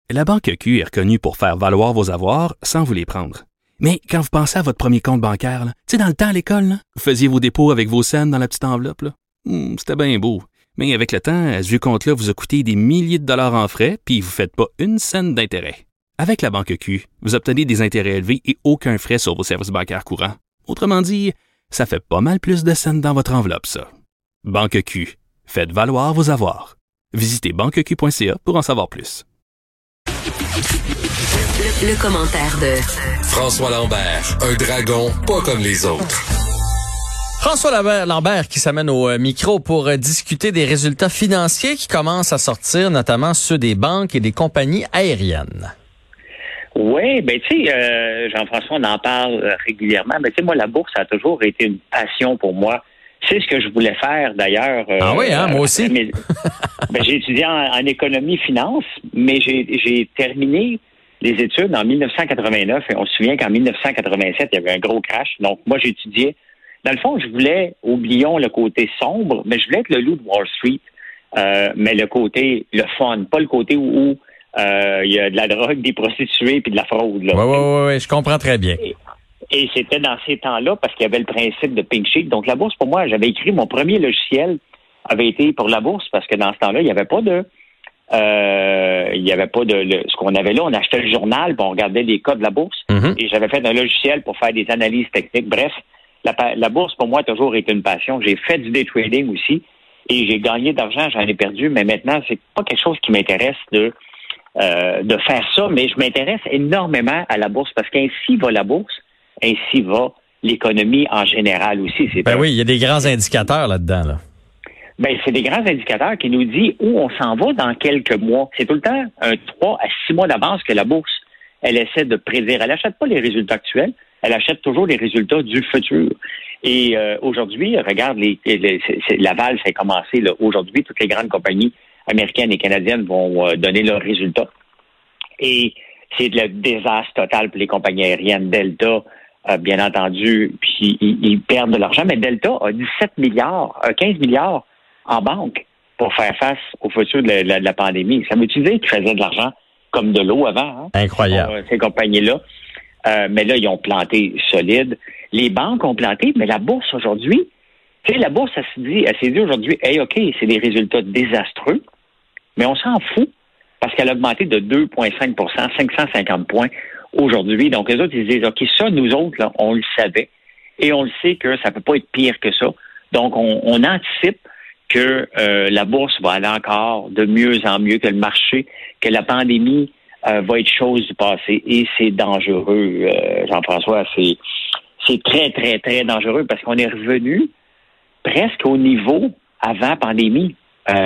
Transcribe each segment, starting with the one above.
La Banque Q est reconnue pour faire valoir vos avoirs sans vous les prendre. Mais quand vous pensez à votre premier compte bancaire, tu sais, dans le temps à l'école, là, vous faisiez vos dépôts avec vos scènes dans la petite enveloppe. Là. C'était bien beau. Mais avec le temps, ce vieux compte-là vous a coûté des milliers de dollars en frais, puis vous ne faites pas une scène d'intérêt. Avec la Banque Q, vous obtenez des intérêts élevés et aucun frais sur vos services bancaires courants. Autrement dit, ça fait pas mal plus de scènes dans votre enveloppe, ça. Banque Q. Faites valoir vos avoirs. Visitez banqueq.ca pour en savoir plus. Le commentaire de François Lambert, un dragon pas comme les autres. François Lambert qui s'amène au micro pour discuter des résultats financiers qui commencent à sortir, notamment ceux des banques et des compagnies aériennes. Oui, ben tu sais, Jean-François, on en parle régulièrement, mais tu sais, moi, la bourse a toujours été une passion pour moi. C'est ce que je voulais faire, d'ailleurs. Moi aussi. J'ai étudié en économie-finance, mais j'ai terminé les études en 1989, et on se souvient qu'en 1987, il y avait un gros crash. Donc, moi, j'étudiais. Dans le fond, je voulais, oublions le côté sombre, mais je voulais être le loup de Wall Street, mais le côté, le fun, pas le côté où il y a de la drogue, des prostituées puis de la fraude. Oui, je comprends très bien. Et c'était dans ces temps-là parce qu'il y avait le principe de pink sheet. Donc, la bourse, pour moi, j'avais écrit mon premier logiciel avait été pour la bourse parce que dans ce temps-là, il n'y avait pas de ce qu'on avait là. On achetait le journal, puis on regardait les cas de la bourse. Et j'avais fait un logiciel pour faire des analyses techniques. Bref, la bourse, pour moi, a toujours été une passion. J'ai fait du day trading aussi et j'ai gagné d'argent, j'en ai perdu, mais maintenant, c'est pas quelque chose qui m'intéresse de faire ça, mais je m'intéresse énormément à la bourse parce qu'ainsi va la bourse, ainsi va l'économie en général aussi. Oui, il y a des grands indicateurs là-dedans. Là. C'est des grands indicateurs qui nous disent où on s'en va dans quelques mois. C'est tout le temps 3 à 6 mois d'avance que la bourse, elle essaie de prédire. Elle n'achète pas les résultats actuels, elle achète toujours les résultats du futur. Et aujourd'hui, regarde, Laval fait commencer. Là, aujourd'hui, toutes les grandes compagnies américaines et canadiennes vont donner leurs résultats. Et c'est le désastre total pour les compagnies aériennes. Delta, bien entendu, puis ils perdent de l'argent. Mais Delta a 17 milliards, 15 milliards en banque pour faire face au futur de la pandémie. Ça veut-tu dire qu'ils faisaient de l'argent comme de l'eau avant? Incroyable. Ces compagnies-là. Mais là, ils ont planté solide. Les banques ont planté, mais la bourse aujourd'hui, tu sais, la bourse, elle s'est dit aujourd'hui, hey, OK, c'est des résultats désastreux, mais on s'en fout parce qu'elle a augmenté de 2,5 550 points aujourd'hui. Donc, les autres, ils se disent, OK, ça, nous autres, là, on le savait et on le sait que ça peut pas être pire que ça. Donc, on anticipe que la bourse va aller encore de mieux en mieux, que le marché, que la pandémie va être chose du passé. Et c'est dangereux, Jean-François. C'est très, très, très dangereux parce qu'on est revenu presque au niveau avant pandémie.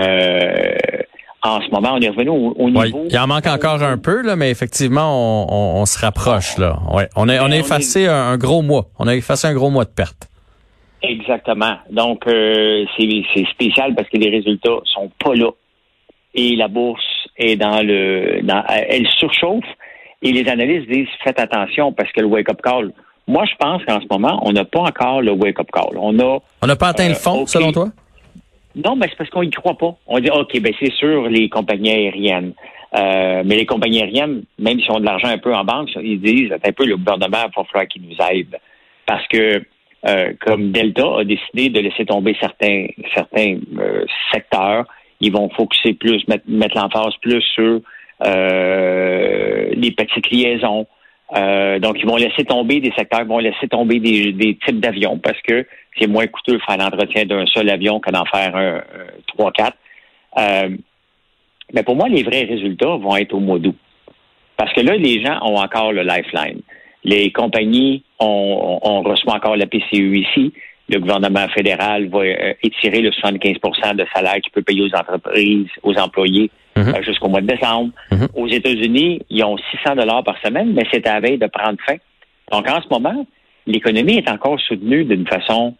En ce moment, on est revenu au niveau... Il en manque encore un peu, là, mais effectivement, on se rapproche. Là. Ouais. On a effacé un gros mois. On a effacé un gros mois de perte. Exactement. Donc, c'est spécial parce que les résultats sont pas là. Et la bourse est elle surchauffe. Et les analystes disent, faites attention parce que le wake-up call... Moi, je pense qu'en ce moment, on n'a pas encore le wake-up call. On n'a pas atteint le fond, selon toi? Non, c'est parce qu'on y croit pas. On dit, OK, c'est sûr, les compagnies aériennes. Mais les compagnies aériennes, même s'ils ont de l'argent un peu en banque, ils disent, un peu, le gouvernement, il va falloir qu'il nous aide. Parce que, comme Delta a décidé de laisser tomber certains secteurs, ils vont focuser plus, mettre l'emphase plus sur les petites liaisons. Donc, ils vont laisser tomber des secteurs, ils vont laisser tomber des types d'avions parce que c'est moins coûteux de faire l'entretien d'un seul avion que d'en faire 3-4. Mais pour moi, les vrais résultats vont être au mois d'août. Parce que là, les gens ont encore le lifeline. Les compagnies, on reçoit encore la PCU ici. Le gouvernement fédéral va étirer le 75% de salaire qu'il peut payer aux entreprises, aux employés jusqu'au mois de décembre. Aux États-Unis, ils ont 600 $ par semaine, mais c'est à la veille de prendre fin. Donc, en ce moment, l'économie est encore soutenue d'une façon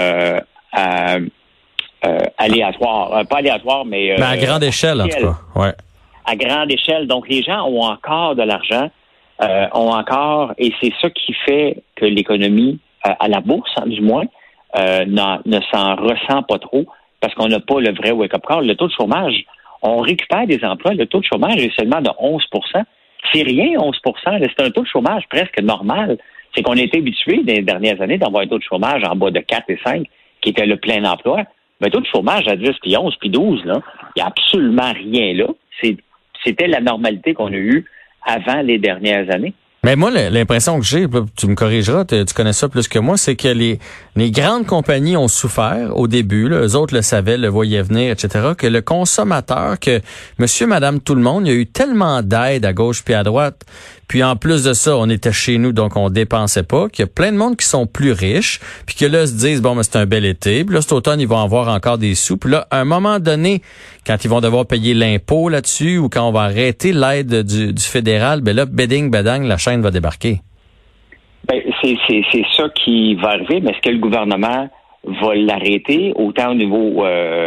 aléatoire. Pas aléatoire, mais... à grande échelle, en tout cas. Ouais. À grande échelle. Donc, les gens ont encore de l'argent, et c'est ça qui fait que l'économie, à la bourse, du moins, ne s'en ressent pas trop parce qu'on n'a pas le vrai wake-up call. Le taux de chômage, on récupère des emplois. Le taux de chômage est seulement de 11 %. C'est rien, 11 %. C'est un taux de chômage presque normal. C'est qu'on était habitué dans les dernières années d'avoir un taux de chômage en bas de 4 et 5, qui était le plein emploi. Mais un taux de chômage à 10, puis 11, puis 12, là, il n'y a absolument rien là. C'était la normalité qu'on a eue avant les dernières années. Mais moi, l'impression que j'ai, tu me corrigeras, tu connais ça plus que moi, c'est que les grandes compagnies ont souffert au début, là, eux autres le savaient, le voyaient venir, etc., que le consommateur, que monsieur, madame, tout le monde, il y a eu tellement d'aide à gauche puis à droite, puis en plus de ça, on était chez nous, donc on dépensait pas, qu'il y a plein de monde qui sont plus riches, puis que là, se disent, bon, mais c'est un bel été, puis là, cet automne, ils vont avoir encore des sous, puis là, à un moment donné, quand ils vont devoir payer l'impôt là-dessus, ou quand on va arrêter l'aide du fédéral, ben là, bedding, bedang, la chaîne va débarquer. Ben, c'est ça qui va arriver, mais est-ce que le gouvernement va l'arrêter, autant au niveau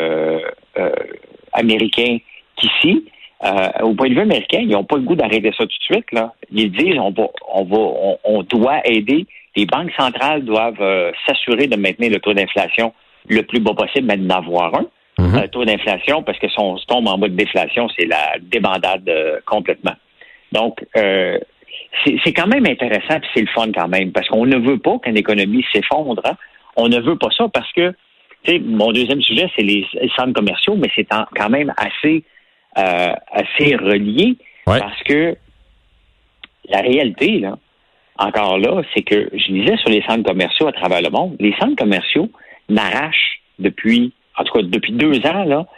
américain qu'ici? Au point de vue américain, ils n'ont pas le goût d'arrêter ça tout de suite, là. Ils disent on doit aider. Les banques centrales doivent s'assurer de maintenir le taux d'inflation le plus bas possible, mais d'en avoir un. Taux d'inflation, parce que si on se tombe en mode déflation, c'est la débandade complètement. Donc, c'est quand même intéressant, puis c'est le fun quand même, parce qu'on ne veut pas qu'une économie s'effondre. Hein? On ne veut pas ça parce que, tu sais, mon deuxième sujet, c'est les centres commerciaux, mais c'est quand même assez relié, parce que la réalité, là, encore là, c'est que je disais sur les centres commerciaux à travers le monde, les centres commerciaux n'arrachent depuis 2 ans, là,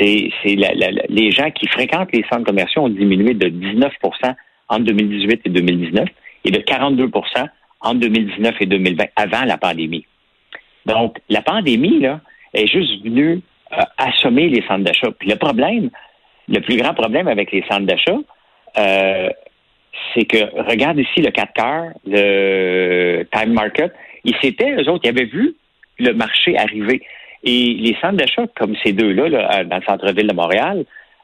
les gens qui fréquentent les centres commerciaux ont diminué de 19 % entre 2018 et 2019 et de 42 % entre 2019 et 2020, avant la pandémie. Donc, la pandémie, là, est juste venue assommer les centres d'achat. Puis le plus grand problème avec les centres d'achat, c'est que, regarde ici le 4 quarts, le Time Market, eux autres, ils avaient vu le marché arriver. Et les centres d'achat, comme ces deux-là, là, dans le centre-ville de Montréal,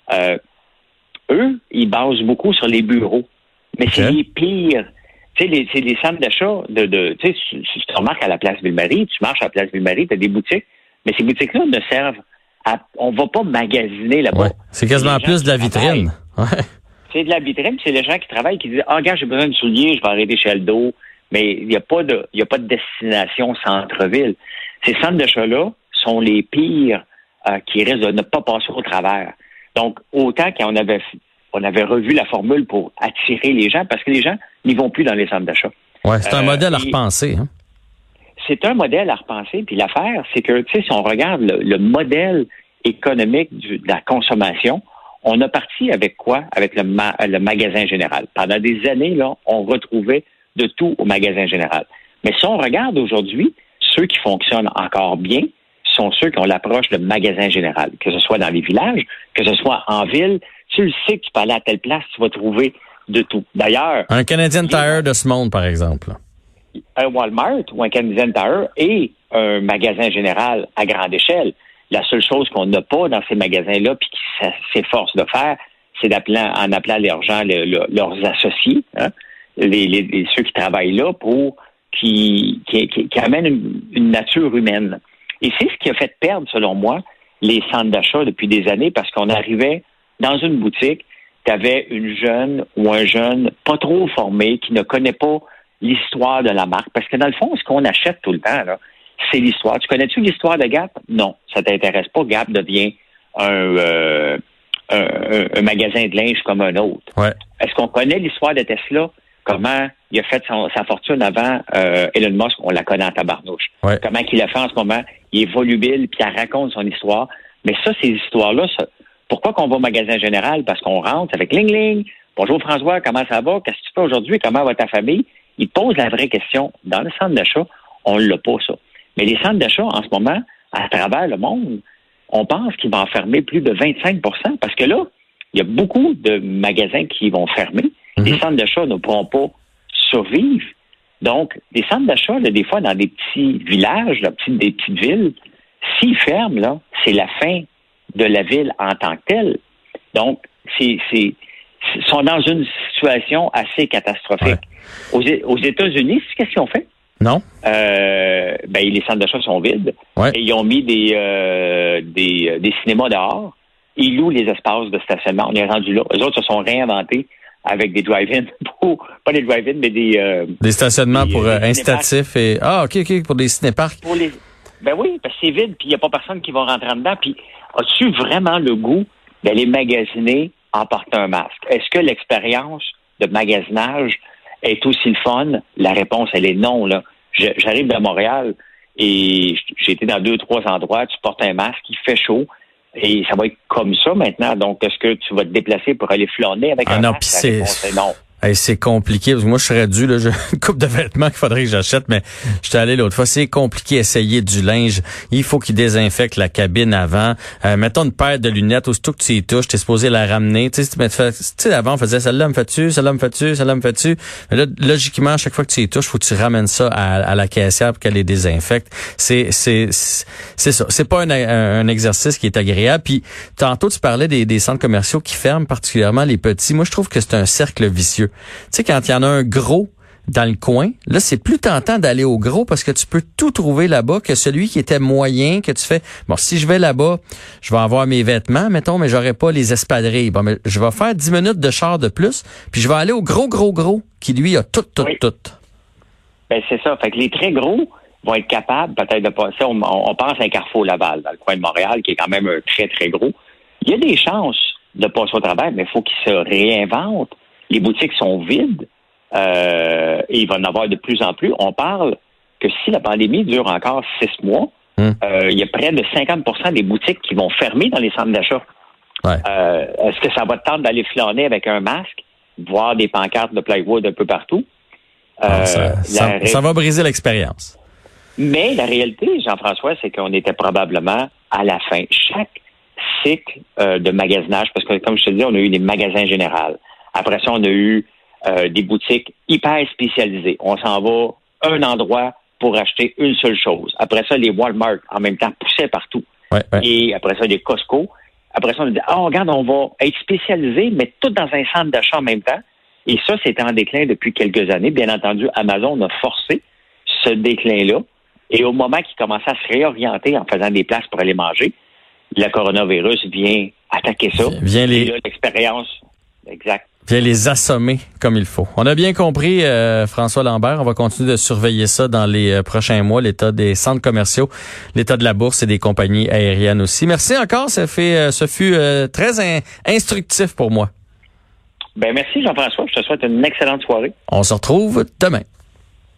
eux, ils basent beaucoup sur les bureaux. Mais c'est les pires. Tu sais, c'est les centres d'achat tu sais, tu remarques à la place Ville-Marie, tu marches à la place Ville-Marie, tu as des boutiques, mais ces boutiques-là ne servent on va pas magasiner là-bas. Ouais. C'est quasiment plus de la vitrine. Ouais. C'est de la vitrine, puis c'est les gens qui travaillent qui disent, regarde, j'ai besoin de souliers, je vais arrêter chez Aldo. Mais il n'y a pas de destination centre-ville. Ces centres d'achat-là sont les pires qui risquent de ne pas passer au travers. Donc, autant qu'on avait revu la formule pour attirer les gens, parce que les gens n'y vont plus dans les centres d'achat. Ouais, c'est un modèle à repenser. Hein? C'est un modèle à repenser. Puis l'affaire, c'est que, tu sais, si on regarde le modèle économique de la consommation, on a parti avec quoi? Avec le magasin général. Pendant des années, là, on retrouvait de tout au magasin général. Mais si on regarde aujourd'hui, ceux qui fonctionnent encore bien sont ceux qui ont l'approche de magasin général, que ce soit dans les villages, que ce soit en ville. Tu le sais que tu peux aller à telle place, tu vas trouver de tout. D'ailleurs... Un Canadian Tire de ce monde, par exemple. Un Walmart ou un Canadian Tire et un magasin général à grande échelle. La seule chose qu'on n'a pas dans ces magasins-là, puis qui s'efforce de faire, c'est en appelant leurs gens, leurs associés, hein, ceux qui travaillent là, pour qui amènent une nature humaine. Et c'est ce qui a fait perdre, selon moi, les centres d'achat depuis des années, parce qu'on arrivait dans une boutique, tu avais une jeune ou un jeune pas trop formé, qui ne connaît pas l'histoire de la marque. Parce que dans le fond, ce qu'on achète tout le temps, là, c'est l'histoire. Tu connais-tu l'histoire de Gap? Non, ça t'intéresse pas. Gap devient un magasin de linge comme un autre. Ouais. Est-ce qu'on connaît l'histoire de Tesla? Comment il a fait sa fortune avant Elon Musk? On la connaît en tabarnouche. Ouais. Comment il a fait en ce moment? Il est volubile, puis il raconte son histoire. Mais ça, ces histoires-là, pourquoi qu'on va au magasin général? Parce qu'on rentre avec Ling Ling. Bonjour François, comment ça va? Qu'est-ce que tu fais aujourd'hui? Comment va ta famille? Il pose la vraie question. Dans le centre d'achat, on l'a pas, ça. Mais les centres d'achat, en ce moment, à travers le monde, on pense qu'ils vont en fermer plus de 25 % parce que là, il y a beaucoup de magasins qui vont fermer. Les centres d'achat ne pourront pas survivre. Donc, les centres d'achat, là, des fois, dans des petits villages, des petites villes, s'ils ferment, là, c'est la fin de la ville en tant que telle. Donc, sont dans une situation assez catastrophique. Ouais. Aux États-Unis, qu'est-ce qu'ils ont fait? Non. Les centres d'achat sont vides. Ouais. Et ils ont mis des cinémas dehors. ils louent les espaces de stationnement. On est rendu là. Eux autres se sont réinventés avec des drive-in, pas des drive-in, mais des stationnements pour incitatifs et ok, pour des cinéparcs. Ben oui, parce que c'est vide, puis il n'y a pas personne qui va rentrer en dedans. Puis as-tu vraiment le goût d'aller magasiner en portant un masque? Est-ce que l'expérience de magasinage est aussi le fun? La réponse, elle est non, là. J'arrive de Montréal et j'ai été dans 2-3 endroits, tu portes un masque, il fait chaud. Et ça va être comme ça maintenant. Donc, est-ce que tu vas te déplacer pour aller flâner avec un masque? La réponse est non. Hey, c'est compliqué, parce que moi, je serais dû, là, j'ai une coupe de vêtements qu'il faudrait que j'achète, mais j'étais allé l'autre fois. C'est compliqué essayer du linge. Il faut qu'il désinfecte la cabine avant. Mettons une paire de lunettes, aussitôt que tu y touches, t'es supposé la ramener. Tu sais, avant, on faisait celle-là me fait-tu, celle-là me fait-tu, celle-là me fait-tu. Mais là, logiquement, à chaque fois que tu y touches, faut que tu ramènes ça à la caissière pour qu'elle les désinfecte. C'est ça. C'est pas un exercice qui est agréable. Puis, tantôt, tu parlais des centres commerciaux qui ferment, particulièrement les petits. Moi, je trouve que c'est un cercle vicieux. Tu sais, quand il y en a un gros dans le coin, là, c'est plus tentant d'aller au gros parce que tu peux tout trouver là-bas que celui qui était moyen, que tu fais, bon, si je vais là-bas, je vais avoir mes vêtements, mettons, mais j'aurai pas les espadrilles. Bon, mais je vais faire 10 minutes de char de plus, puis je vais aller au gros, qui lui a tout. Ben, c'est ça. Fait que les très gros vont être capables peut-être de passer. On pense à un Carrefour Laval, dans le coin de Montréal, qui est quand même un très, très gros. Il y a des chances de passer au travers, mais il faut qu'ils se réinventent. Les boutiques sont vides et il va en avoir de plus en plus. On parle que si la pandémie dure encore 6 mois, il y a près de 50% des boutiques qui vont fermer dans les centres d'achat. Ouais. Est-ce que ça va te tenter d'aller flâner avec un masque, voir des pancartes de plywood un peu partout? Ça va briser l'expérience. Mais la réalité, Jean-François, c'est qu'on était probablement à la fin. Chaque cycle de magasinage, parce que comme je te dis, on a eu des magasins généraux. Après ça, on a eu des boutiques hyper spécialisées. On s'en va à un endroit pour acheter une seule chose. Après ça, les Walmart, en même temps, poussaient partout. Ouais. Et après ça, les Costco. Après ça, on a dit, regarde, on va être spécialisé, mais tout dans un centre d'achat en même temps. Et ça, c'est en déclin depuis quelques années. Bien entendu, Amazon a forcé ce déclin-là. Et au moment qu'ils commençaient à se réorienter en faisant des places pour aller manger, le coronavirus vient attaquer ça. Et là, l'expérience, exact. Vient les assommer comme il faut. On a bien compris, François Lambert. On va continuer de surveiller ça dans les prochains mois, l'état des centres commerciaux, l'état de la bourse et des compagnies aériennes aussi. Merci encore. Ce fut très instructif pour moi. Ben merci Jean-François. Je te souhaite une excellente soirée. On se retrouve demain.